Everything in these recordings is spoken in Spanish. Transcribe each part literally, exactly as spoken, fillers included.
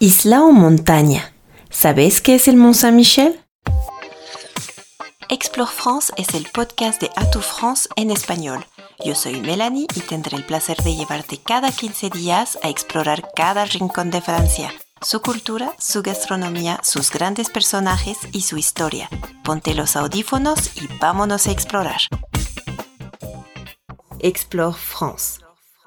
¿Isla o montaña? ¿Sabes qué es el Mont Saint-Michel? Explore France es el podcast de Atout France en español. Yo soy Melanie y tendré el placer de llevarte cada quince días a explorar cada rincón de Francia, su cultura, su gastronomía, sus grandes personajes y su historia. Ponte los audífonos y vámonos a explorar. Explore France.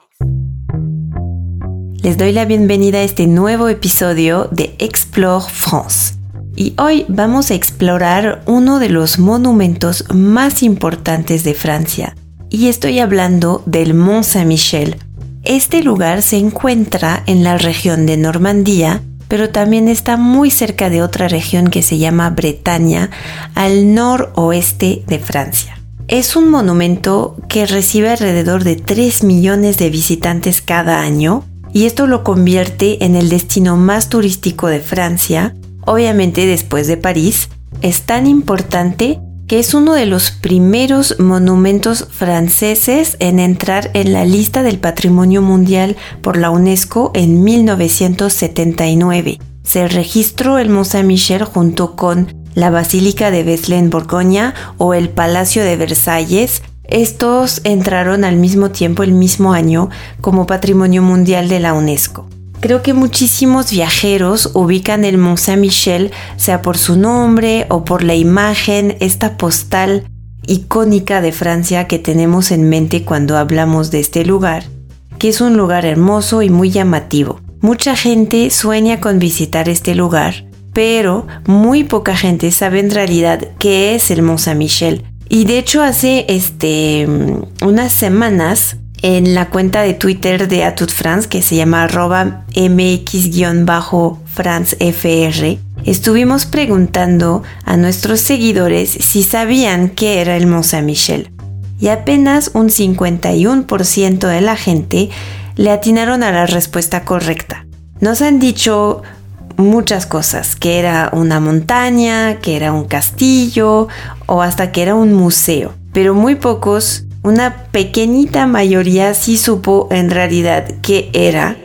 Les doy la bienvenida a este nuevo episodio de Explore France. Y hoy vamos a explorar uno de los monumentos más importantes de Francia. Y estoy hablando del Mont Saint-Michel. Este lugar se encuentra en la región de Normandía, pero también está muy cerca de otra región que se llama Bretaña, al noroeste de Francia. Es un monumento que recibe alrededor de tres millones de visitantes cada año, y esto lo convierte en el destino más turístico de Francia, obviamente después de París. Es tan importante que es uno de los primeros monumentos franceses en entrar en la lista del Patrimonio Mundial por la UNESCO en mil novecientos setenta y nueve. Se registró el Mont Saint-Michel junto con la Basílica de Vesles-en-Borgoña o el Palacio de Versalles. Estos entraron al mismo tiempo el mismo año como Patrimonio Mundial de la UNESCO. Creo que muchísimos viajeros ubican el Mont Saint-Michel, sea por su nombre o por la imagen, esta postal icónica de Francia que tenemos en mente cuando hablamos de este lugar, que es un lugar hermoso y muy llamativo. Mucha gente sueña con visitar este lugar, pero muy poca gente sabe en realidad qué es el Mont Saint-Michel. Y de hecho hace este, unas semanas en la cuenta de Twitter de Atout France, que se llama arroba mx-francefr, estuvimos preguntando a nuestros seguidores si sabían qué era el Mont Saint-Michel. Y apenas un cincuenta y uno por ciento de la gente le atinaron a la respuesta correcta. Nos han dicho muchas cosas, que era una montaña, que era un castillo o hasta que era un museo, pero muy pocos, una pequeñita mayoría sí supo en realidad qué era.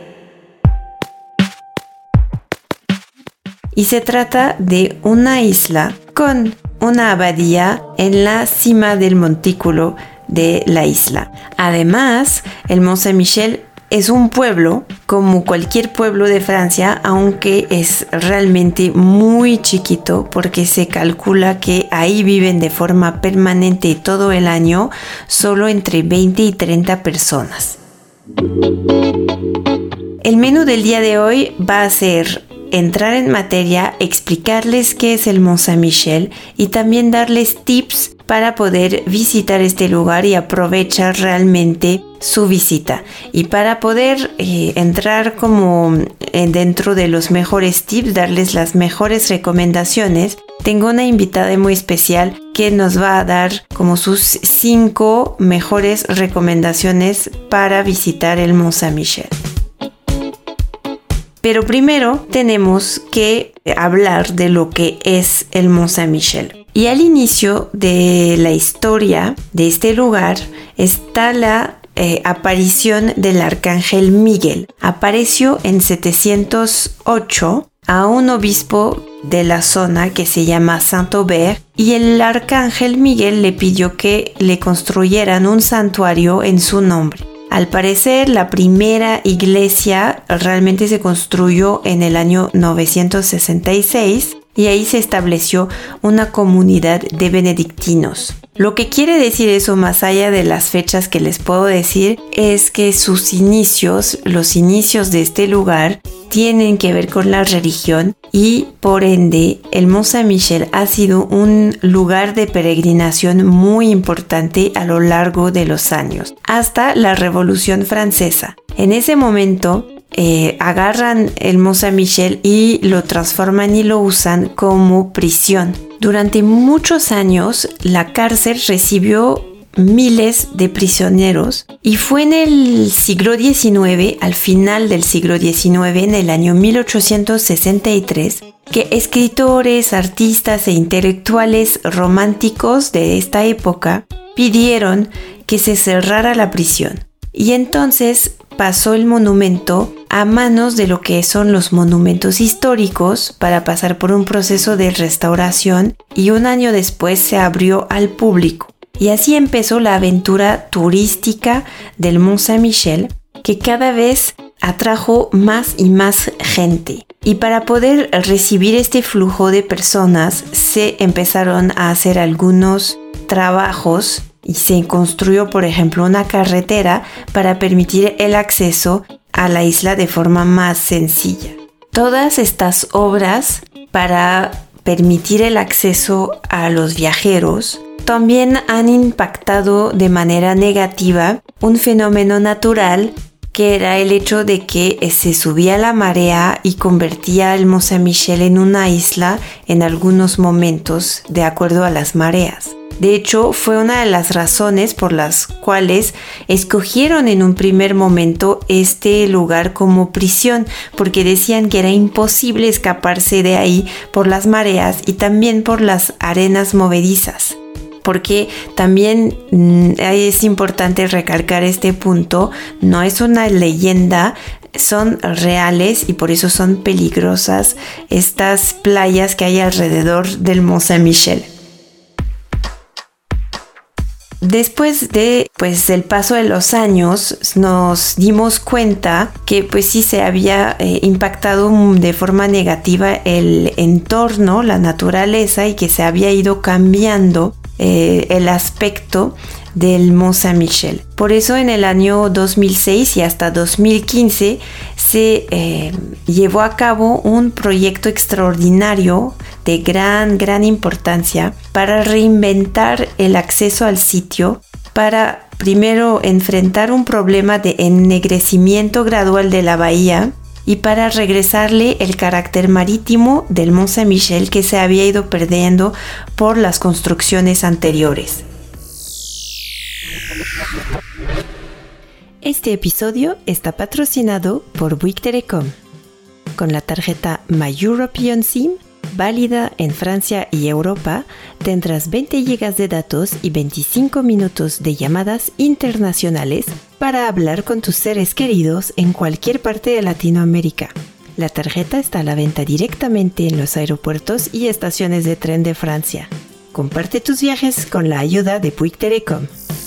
Y se trata de una isla con una abadía en la cima del montículo de la isla. Además, el Mont Saint-Michel es un pueblo, como cualquier pueblo de Francia, aunque es realmente muy chiquito porque se calcula que ahí viven de forma permanente todo el año solo entre veinte y treinta personas. El menú del día de hoy va a ser entrar en materia, explicarles qué es el Mont Saint-Michel y también darles tips para poder visitar este lugar y aprovechar realmente su visita. Y para poder eh, entrar como eh, dentro de los mejores tips, darles las mejores recomendaciones, tengo una invitada muy especial que nos va a dar como sus cinco mejores recomendaciones para visitar el Mont Saint-Michel. Pero primero tenemos que hablar de lo que es el Mont Saint-Michel. Y al inicio de la historia de este lugar está la eh, aparición del arcángel Miguel. Apareció en setecientos ocho a un obispo de la zona que se llama Saint-Aubert, y el arcángel Miguel le pidió que le construyeran un santuario en su nombre. Al parecer, la primera iglesia realmente se construyó en el año novecientos sesenta y seis y ahí se estableció una comunidad de benedictinos. Lo que quiere decir eso, más allá de las fechas que les puedo decir, es que sus inicios, los inicios de este lugar, tienen que ver con la religión y por ende el Mont Saint-Michel ha sido un lugar de peregrinación muy importante a lo largo de los años, hasta la Revolución Francesa. En ese momento eh, agarran el Mont Saint-Michel y lo transforman y lo usan como prisión. Durante muchos años la cárcel recibió miles de prisioneros y fue en el siglo diecinueve, al final del siglo diecinueve, en el año mil ochocientos sesenta y tres, que escritores, artistas e intelectuales románticos de esta época pidieron que se cerrara la prisión. Y entonces pasó el monumento a manos de lo que son los monumentos históricos para pasar por un proceso de restauración y un año después se abrió al público. Y así empezó la aventura turística del Mont Saint-Michel, que cada vez atrajo más y más gente. Y para poder recibir este flujo de personas, se empezaron a hacer algunos trabajos y se construyó, por ejemplo, una carretera para permitir el acceso a la isla de forma más sencilla. Todas estas obras para permitir el acceso a los viajeros también han impactado de manera negativa un fenómeno natural que era el hecho de que se subía la marea y convertía el Mont Saint-Michel en una isla en algunos momentos de acuerdo a las mareas. De hecho, fue una de las razones por las cuales escogieron en un primer momento este lugar como prisión, porque decían que era imposible escaparse de ahí por las mareas y también por las arenas movedizas. Porque también mmm, es importante recalcar este punto, no es una leyenda, son reales y por eso son peligrosas estas playas que hay alrededor del Mont Saint-Michel. Después de pues el paso de los años nos dimos cuenta que pues sí se había eh, impactado de forma negativa el entorno, la naturaleza, y que se había ido cambiando eh, el aspecto del Mont Saint-Michel. Por eso en el año dos mil seis y hasta dos mil quince se eh, llevó a cabo un proyecto extraordinario de gran, gran importancia para reinventar el acceso al sitio, para primero enfrentar un problema de ennegrecimiento gradual de la bahía y para regresarle el carácter marítimo del Mont Saint-Michel que se había ido perdiendo por las construcciones anteriores. Este episodio está patrocinado por Bouygues Telecom. Con la tarjeta My European SIM, válida en Francia y Europa, tendrás veinte gigas de datos y veinticinco minutos de llamadas internacionales para hablar con tus seres queridos en cualquier parte de Latinoamérica. La tarjeta está a la venta directamente en los aeropuertos y estaciones de tren de Francia. Comparte tus viajes con la ayuda de Bouygues Telecom.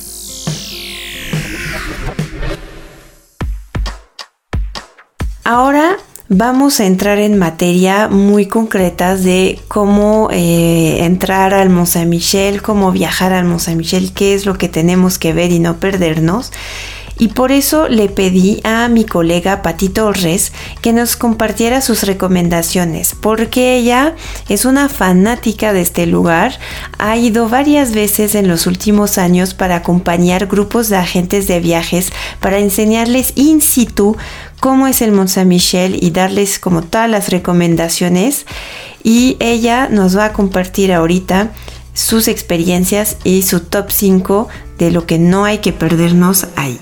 Ahora vamos a entrar en materia muy concretas de cómo eh, entrar al Mont Saint-Michel, cómo viajar al Mont Saint-Michel, qué es lo que tenemos que ver y no perdernos. Y por eso le pedí a mi colega Pati Torres que nos compartiera sus recomendaciones, porque ella es una fanática de este lugar, ha ido varias veces en los últimos años para acompañar grupos de agentes de viajes para enseñarles in situ cómo es el Mont Saint-Michel y darles como todas las recomendaciones, y ella nos va a compartir ahorita sus experiencias y su top cinco de lo que no hay que perdernos ahí.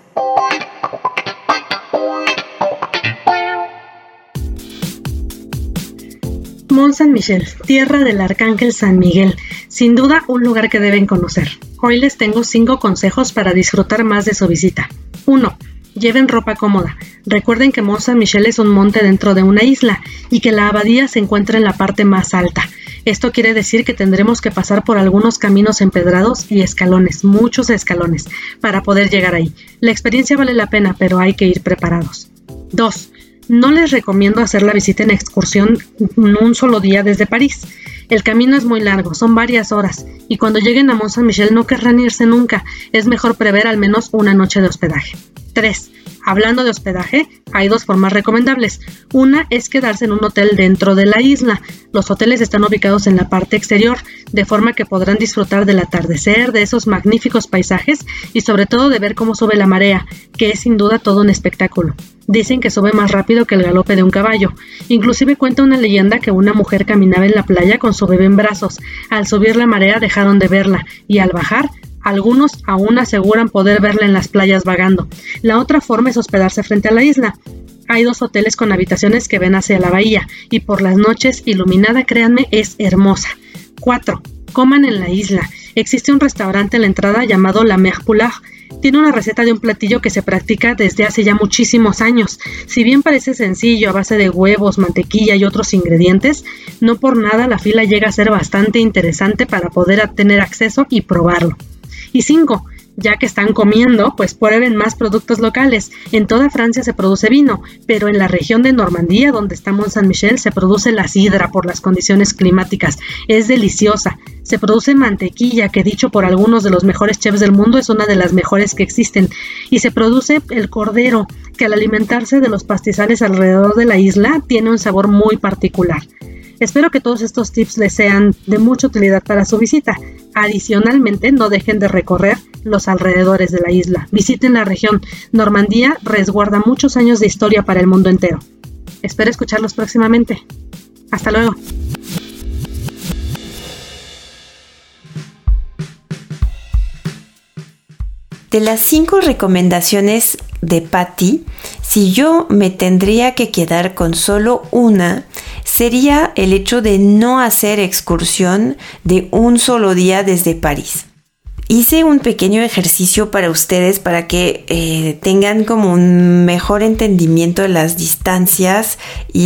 Mont Saint-Michel, tierra del arcángel San Miguel, sin duda un lugar que deben conocer. Hoy les tengo cinco consejos para disfrutar más de su visita. uno. Lleven ropa cómoda. Recuerden que Mont Saint-Michel es un monte dentro de una isla y que la abadía se encuentra en la parte más alta. Esto quiere decir que tendremos que pasar por algunos caminos empedrados y escalones, muchos escalones, para poder llegar ahí. La experiencia vale la pena, pero hay que ir preparados. dos. No les recomiendo hacer la visita en excursión en un solo día desde París. El camino es muy largo, son varias horas, y cuando lleguen a Mont Saint-Michel no querrán irse nunca. Es mejor prever al menos una noche de hospedaje. tres. Hablando de hospedaje, hay dos formas recomendables. Una es quedarse en un hotel dentro de la isla. Los hoteles están ubicados en la parte exterior, de forma que podrán disfrutar del atardecer, de esos magníficos paisajes y sobre todo de ver cómo sube la marea, que es sin duda todo un espectáculo. Dicen que sube más rápido que el galope de un caballo. Inclusive cuenta una leyenda que una mujer caminaba en la playa con su bebé en brazos. Al subir la marea dejaron de verla y al bajar, algunos aún aseguran poder verla en las playas vagando. La otra forma es hospedarse frente a la isla. Hay dos hoteles con habitaciones que ven hacia la bahía y por las noches iluminada, créanme, es hermosa. cuatro. Coman en la isla. Existe un restaurante en la entrada llamado La Mer Poulard Tiene una receta de un platillo que se practica desde hace ya muchísimos años. Si bien parece sencillo a base de huevos, mantequilla y otros ingredientes, no por nada la fila llega a ser bastante interesante para poder tener acceso y probarlo. Y cinco. Ya que están comiendo, pues prueben más productos locales. En toda Francia se produce vino, pero en la región de Normandía, donde está Mont Saint-Michel, se produce la sidra por las condiciones climáticas. Es deliciosa. Se produce mantequilla, que dicho por algunos de los mejores chefs del mundo es una de las mejores que existen. Y se produce el cordero, que al alimentarse de los pastizales alrededor de la isla, tiene un sabor muy particular. Espero que todos estos tips les sean de mucha utilidad para su visita. Adicionalmente, no dejen de recorrer los alrededores de la isla. Visiten la región. Normandía resguarda muchos años de historia para el mundo entero. Espero escucharlos próximamente. Hasta luego. De las cinco recomendaciones de Patty, si yo me tendría que quedar con solo una, sería el hecho de no hacer excursión de un solo día desde París. Hice un pequeño ejercicio para ustedes para que eh, tengan como un mejor entendimiento de las distancias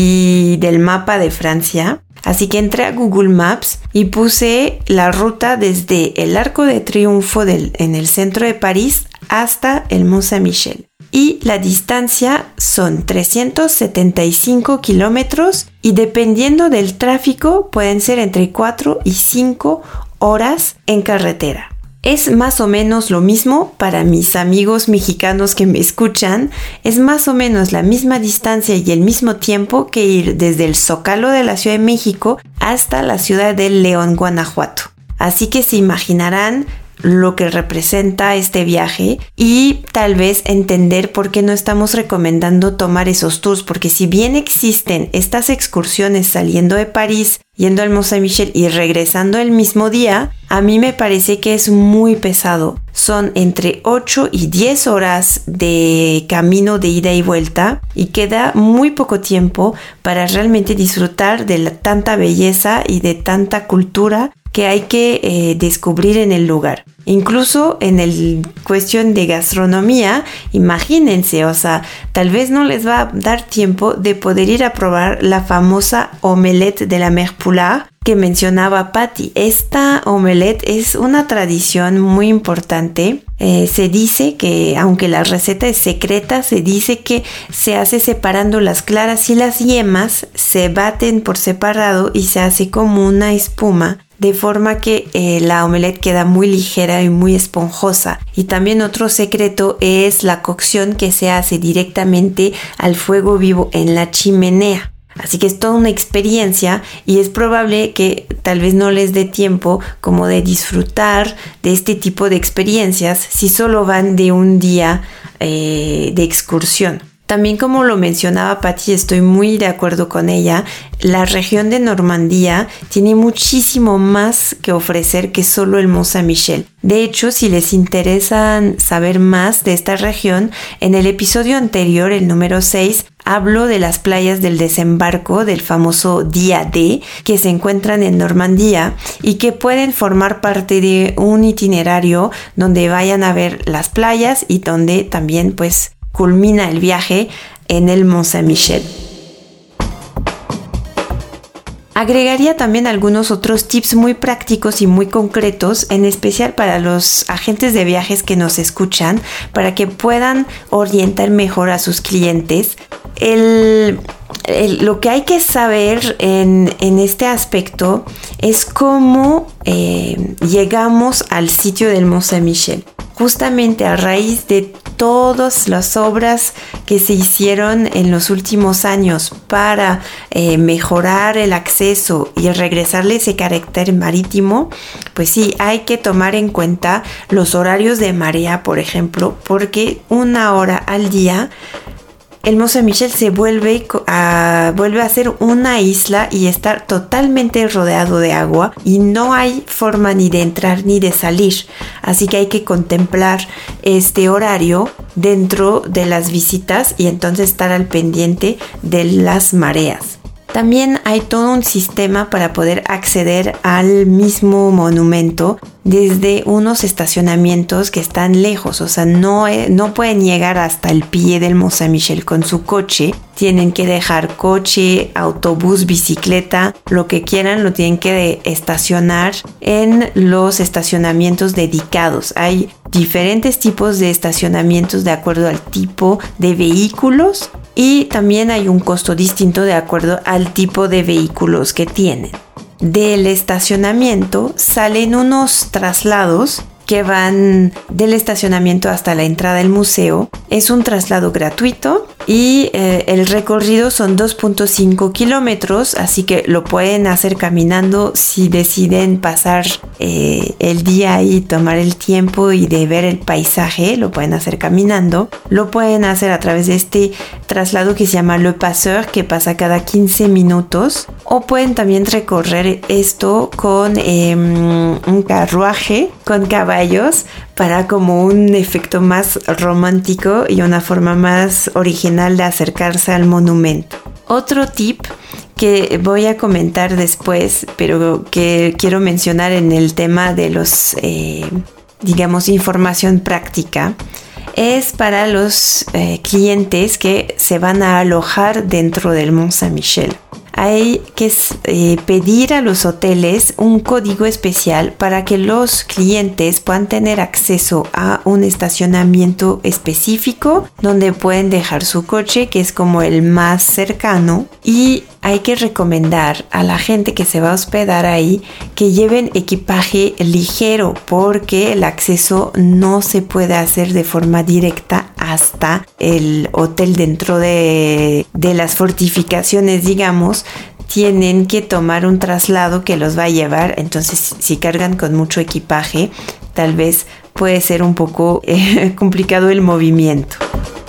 y del mapa de Francia. Así que entré a Google Maps y puse la ruta desde el Arco de Triunfo del, en el centro de París hasta el Mont Saint-Michel. Y la distancia son trescientos setenta y cinco kilómetros y dependiendo del tráfico pueden ser entre cuatro y cinco horas en carretera. Es más o menos lo mismo para mis amigos mexicanos que me escuchan. Es más o menos la misma distancia y el mismo tiempo que ir desde el Zócalo de la Ciudad de México hasta la ciudad de León, Guanajuato. Así que se imaginarán lo que representa este viaje y tal vez entender por qué no estamos recomendando tomar esos tours, porque si bien existen estas excursiones saliendo de París, yendo al Mont Saint-Michel y regresando el mismo día, a mí me parece que es muy pesado. Son entre ocho y diez horas de camino de ida y vuelta y queda muy poco tiempo para realmente disfrutar de la, tanta belleza y de tanta cultura que hay que eh, descubrir en el lugar. Incluso en el cuestión de gastronomía, imagínense, o sea, tal vez no les va a dar tiempo de poder ir a probar la famosa omelette de la Mère Poulard que mencionaba Patty. Esta omelette es una tradición muy importante. Eh, se dice que, aunque la receta es secreta, se dice que se hace separando las claras y las yemas, se baten por separado y se hace como una espuma, de forma que eh, la omelette queda muy ligera y muy esponjosa. Y también otro secreto es la cocción que se hace directamente al fuego vivo en la chimenea. Así que es toda una experiencia y es probable que tal vez no les dé tiempo como de disfrutar de este tipo de experiencias si solo van de un día eh, de excursión. También, como lo mencionaba Patty, estoy muy de acuerdo con ella. La región de Normandía tiene muchísimo más que ofrecer que solo el Mont Saint-Michel. De hecho, si les interesa saber más de esta región, en el episodio anterior, el número seis, hablo de las playas del desembarco del famoso Día D que se encuentran en Normandía y que pueden formar parte de un itinerario donde vayan a ver las playas y donde también pues culmina el viaje en el Mont Saint-Michel. Agregaría también algunos otros tips muy prácticos y muy concretos, en especial para los agentes de viajes que nos escuchan, para que puedan orientar mejor a sus clientes. El, el, lo que hay que saber en, en este aspecto es cómo eh, llegamos al sitio del Mont Saint-Michel. Justamente a raíz de todas las obras que se hicieron en los últimos años para eh, mejorar el acceso y regresarle ese carácter marítimo, pues sí, hay que tomar en cuenta los horarios de marea, por ejemplo, porque una hora al día el Mont Saint-Michel se vuelve a, vuelve a ser una isla y estar totalmente rodeado de agua y no hay forma ni de entrar ni de salir. Así que hay que contemplar este horario dentro de las visitas y entonces estar al pendiente de las mareas. También hay todo un sistema para poder acceder al mismo monumento desde unos estacionamientos que están lejos, o sea, no, no pueden llegar hasta el pie del Mont Saint-Michel con su coche. Tienen que dejar coche, autobús, bicicleta, lo que quieran, lo tienen que estacionar en los estacionamientos dedicados. Hay diferentes tipos de estacionamientos de acuerdo al tipo de vehículos y también hay un costo distinto de acuerdo al tipo de vehículos que tienen. Del estacionamiento salen unos traslados que van del estacionamiento hasta la entrada del museo. Es un traslado gratuito y eh, el recorrido son dos punto cinco kilómetros, así que lo pueden hacer caminando si deciden pasar eh, el día ahí, tomar el tiempo y de ver el paisaje, lo pueden hacer caminando. Lo pueden hacer a través de este traslado que se llama Le Passeur, que pasa cada quince minutos, o pueden también recorrer esto con eh, un carruaje con caballos para como un efecto más romántico y una forma más original de acercarse al monumento. Otro tip que voy a comentar después, pero que quiero mencionar en el tema de los, eh, digamos, información práctica, es para los eh, clientes que se van a alojar dentro del Mont Saint-Michel. Hay que eh, pedir a los hoteles un código especial para que los clientes puedan tener acceso a un estacionamiento específico donde pueden dejar su coche, que es como el más cercano, y hay que recomendar a la gente que se va a hospedar ahí que lleven equipaje ligero porque el acceso no se puede hacer de forma directa hasta el hotel dentro de, de las fortificaciones, digamos. Tienen que tomar un traslado que los va a llevar, entonces si cargan con mucho equipaje, tal vez puede ser un poco eh, complicado el movimiento.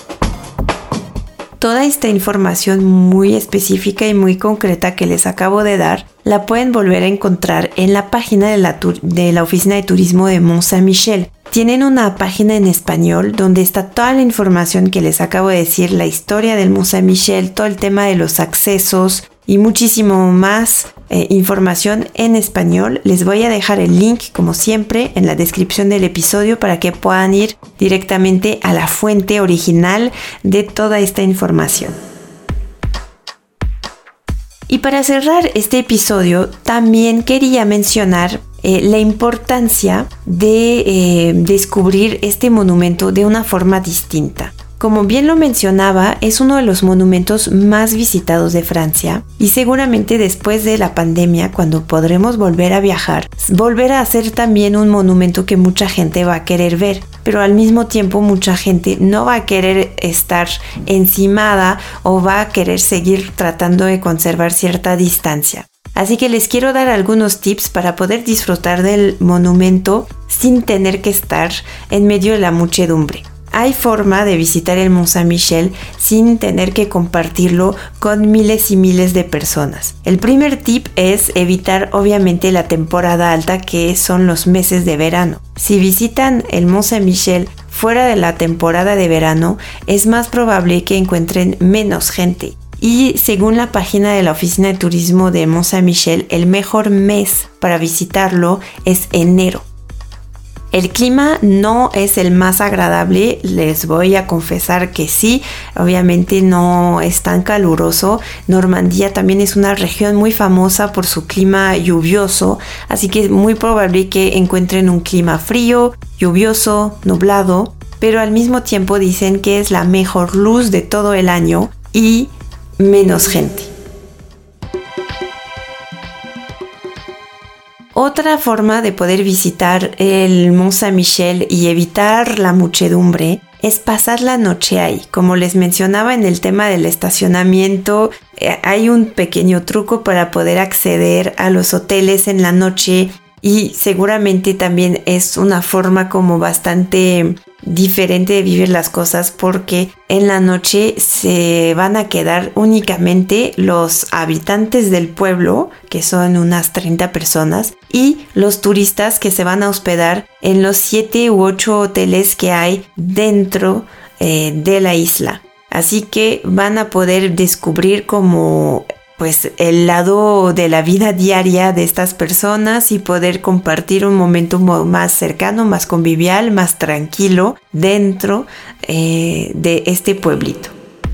Toda esta información muy específica y muy concreta que les acabo de dar, la pueden volver a encontrar en la página de la, tur- de la Oficina de Turismo de Mont Saint-Michel. Tienen una página en español donde está toda la información que les acabo de decir, la historia del Mont Saint-Michel, todo el tema de los accesos y muchísimo más eh, información en español. Les voy a dejar el link, como siempre, en la descripción del episodio para que puedan ir directamente a la fuente original de toda esta información. Y para cerrar este episodio, también quería mencionar eh, la importancia de eh, descubrir este monumento de una forma distinta. Como bien lo mencionaba, es uno de los monumentos más visitados de Francia y seguramente después de la pandemia, cuando podremos volver a viajar, volverá a ser también un monumento que mucha gente va a querer ver, pero al mismo tiempo mucha gente no va a querer estar encimada o va a querer seguir tratando de conservar cierta distancia. Así que les quiero dar algunos tips para poder disfrutar del monumento sin tener que estar en medio de la muchedumbre. Hay forma de visitar el Mont Saint-Michel sin tener que compartirlo con miles y miles de personas. El primer tip es evitar obviamente la temporada alta, que son los meses de verano. Si visitan el Mont Saint-Michel fuera de la temporada de verano, es más probable que encuentren menos gente. Y según la página de la Oficina de Turismo de Mont Saint-Michel, el mejor mes para visitarlo es enero. El clima no es el más agradable, les voy a confesar que sí, obviamente no es tan caluroso. Normandía también es una región muy famosa por su clima lluvioso, así que es muy probable que encuentren un clima frío, lluvioso, nublado, pero al mismo tiempo dicen que es la mejor luz de todo el año y menos gente. Otra forma de poder visitar el Mont Saint-Michel y evitar la muchedumbre es pasar la noche ahí. Como les mencionaba en el tema del estacionamiento, eh, hay un pequeño truco para poder acceder a los hoteles en la noche y seguramente también es una forma como bastante diferente de vivir las cosas, porque en la noche se van a quedar únicamente los habitantes del pueblo, que son unas treinta personas, y los turistas que se van a hospedar en los siete u ocho hoteles que hay dentro eh, de la isla. Así que van a poder descubrir como pues el lado de la vida diaria de estas personas y poder compartir un momento más cercano, más convivial, más tranquilo dentro eh, de este pueblito.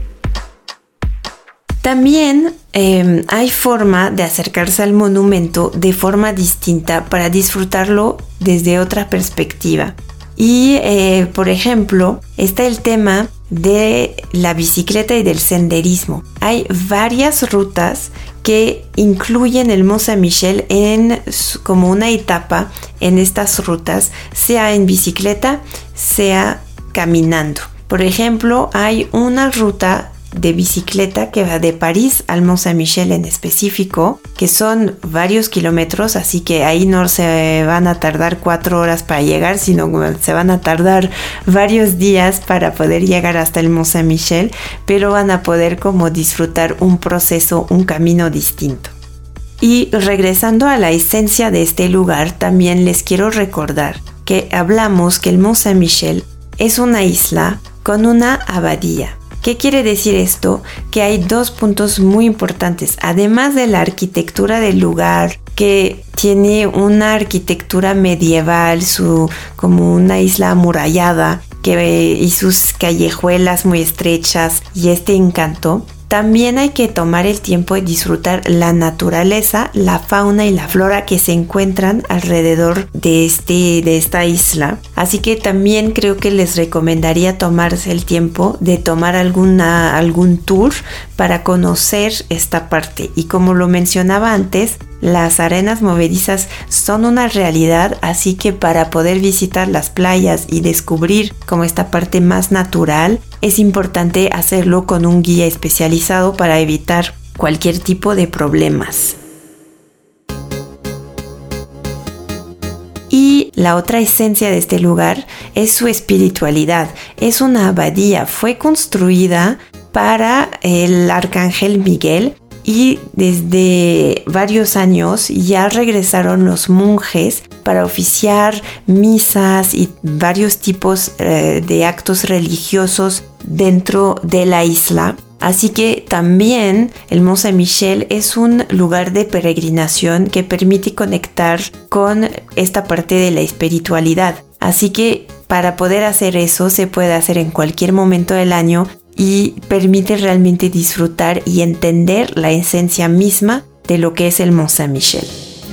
También eh, hay forma de acercarse al monumento de forma distinta para disfrutarlo desde otra perspectiva. Y, eh, por ejemplo, está el tema de la bicicleta y del senderismo. Hay varias rutas que incluyen el Mont Saint-Michel en, como una etapa en estas rutas, sea en bicicleta, sea caminando. Por ejemplo, hay una ruta de bicicleta que va de París al Mont Saint-Michel en específico, que son varios kilómetros, así que ahí no se van a tardar cuatro horas para llegar, sino se van a tardar varios días para poder llegar hasta el Mont Saint-Michel, pero van a poder como disfrutar un proceso, un camino distinto. Y regresando a la esencia de este lugar, también les quiero recordar que hablamos que el Mont Saint-Michel es una isla con una abadía. ¿Qué quiere decir esto? Que hay dos puntos muy importantes. Además de la arquitectura del lugar, que tiene una arquitectura medieval, su, como una isla amurallada, que, y sus callejuelas muy estrechas y este encanto, también hay que tomar el tiempo de disfrutar la naturaleza, la fauna y la flora que se encuentran alrededor de, este, de esta isla. Así que también creo que les recomendaría tomarse el tiempo de tomar alguna, algún tour para conocer esta parte. Y como lo mencionaba antes, las arenas movedizas son una realidad, así que para poder visitar las playas y descubrir como esta parte más natural, es importante hacerlo con un guía especializado para evitar cualquier tipo de problemas. Y la otra esencia de este lugar es su espiritualidad. Es una abadía, fue construida para el arcángel Miguel. Y desde varios años ya regresaron los monjes para oficiar misas y varios tipos eh, de actos religiosos dentro de la isla. Así que también el Mont Saint-Michel es un lugar de peregrinación que permite conectar con esta parte de la espiritualidad. Así que para poder hacer eso se puede hacer en cualquier momento del año y permite realmente disfrutar y entender la esencia misma de lo que es el Mont Saint-Michel.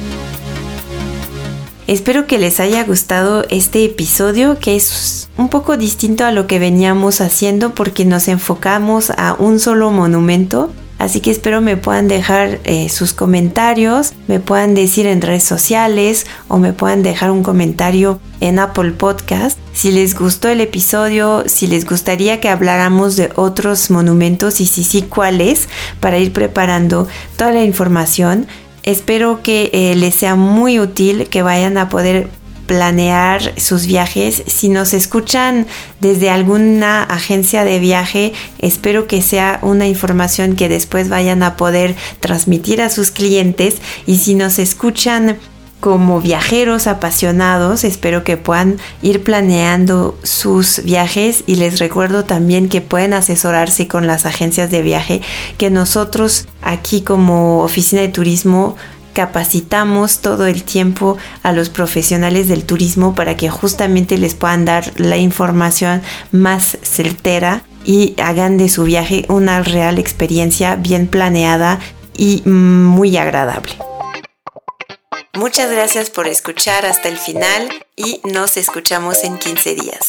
Espero que les haya gustado este episodio, que es un poco distinto a lo que veníamos haciendo porque nos enfocamos a un solo monumento. Así que espero me puedan dejar eh, sus comentarios, me puedan decir en redes sociales o me puedan dejar un comentario en Apple Podcast. Si les gustó el episodio, si les gustaría que habláramos de otros monumentos y si sí, cuáles, para ir preparando toda la información. Espero que eh, les sea muy útil, que vayan a poder planear sus viajes. Si nos escuchan desde alguna agencia de viaje, espero que sea una información que después vayan a poder transmitir a sus clientes. Y si nos escuchan como viajeros apasionados, espero que puedan ir planeando sus viajes. Y les recuerdo también que pueden asesorarse con las agencias de viaje, que nosotros aquí como Oficina de Turismo capacitamos todo el tiempo a los profesionales del turismo para que justamente les puedan dar la información más certera y hagan de su viaje una real experiencia bien planeada y muy agradable. Muchas gracias por escuchar hasta el final y nos escuchamos en quince días.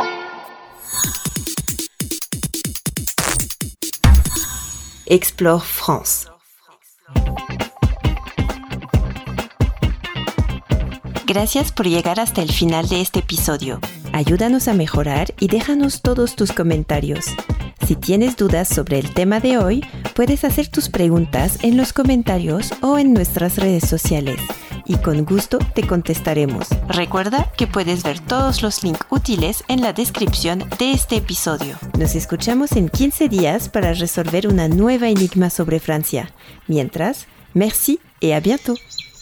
Explore France. Gracias por llegar hasta el final de este episodio. Ayúdanos a mejorar y déjanos todos tus comentarios. Si tienes dudas sobre el tema de hoy, puedes hacer tus preguntas en los comentarios o en nuestras redes sociales y con gusto te contestaremos. Recuerda que puedes ver todos los links útiles en la descripción de este episodio. Nos escuchamos en quince días para resolver una nueva enigma sobre Francia. Mientras, merci et à bientôt.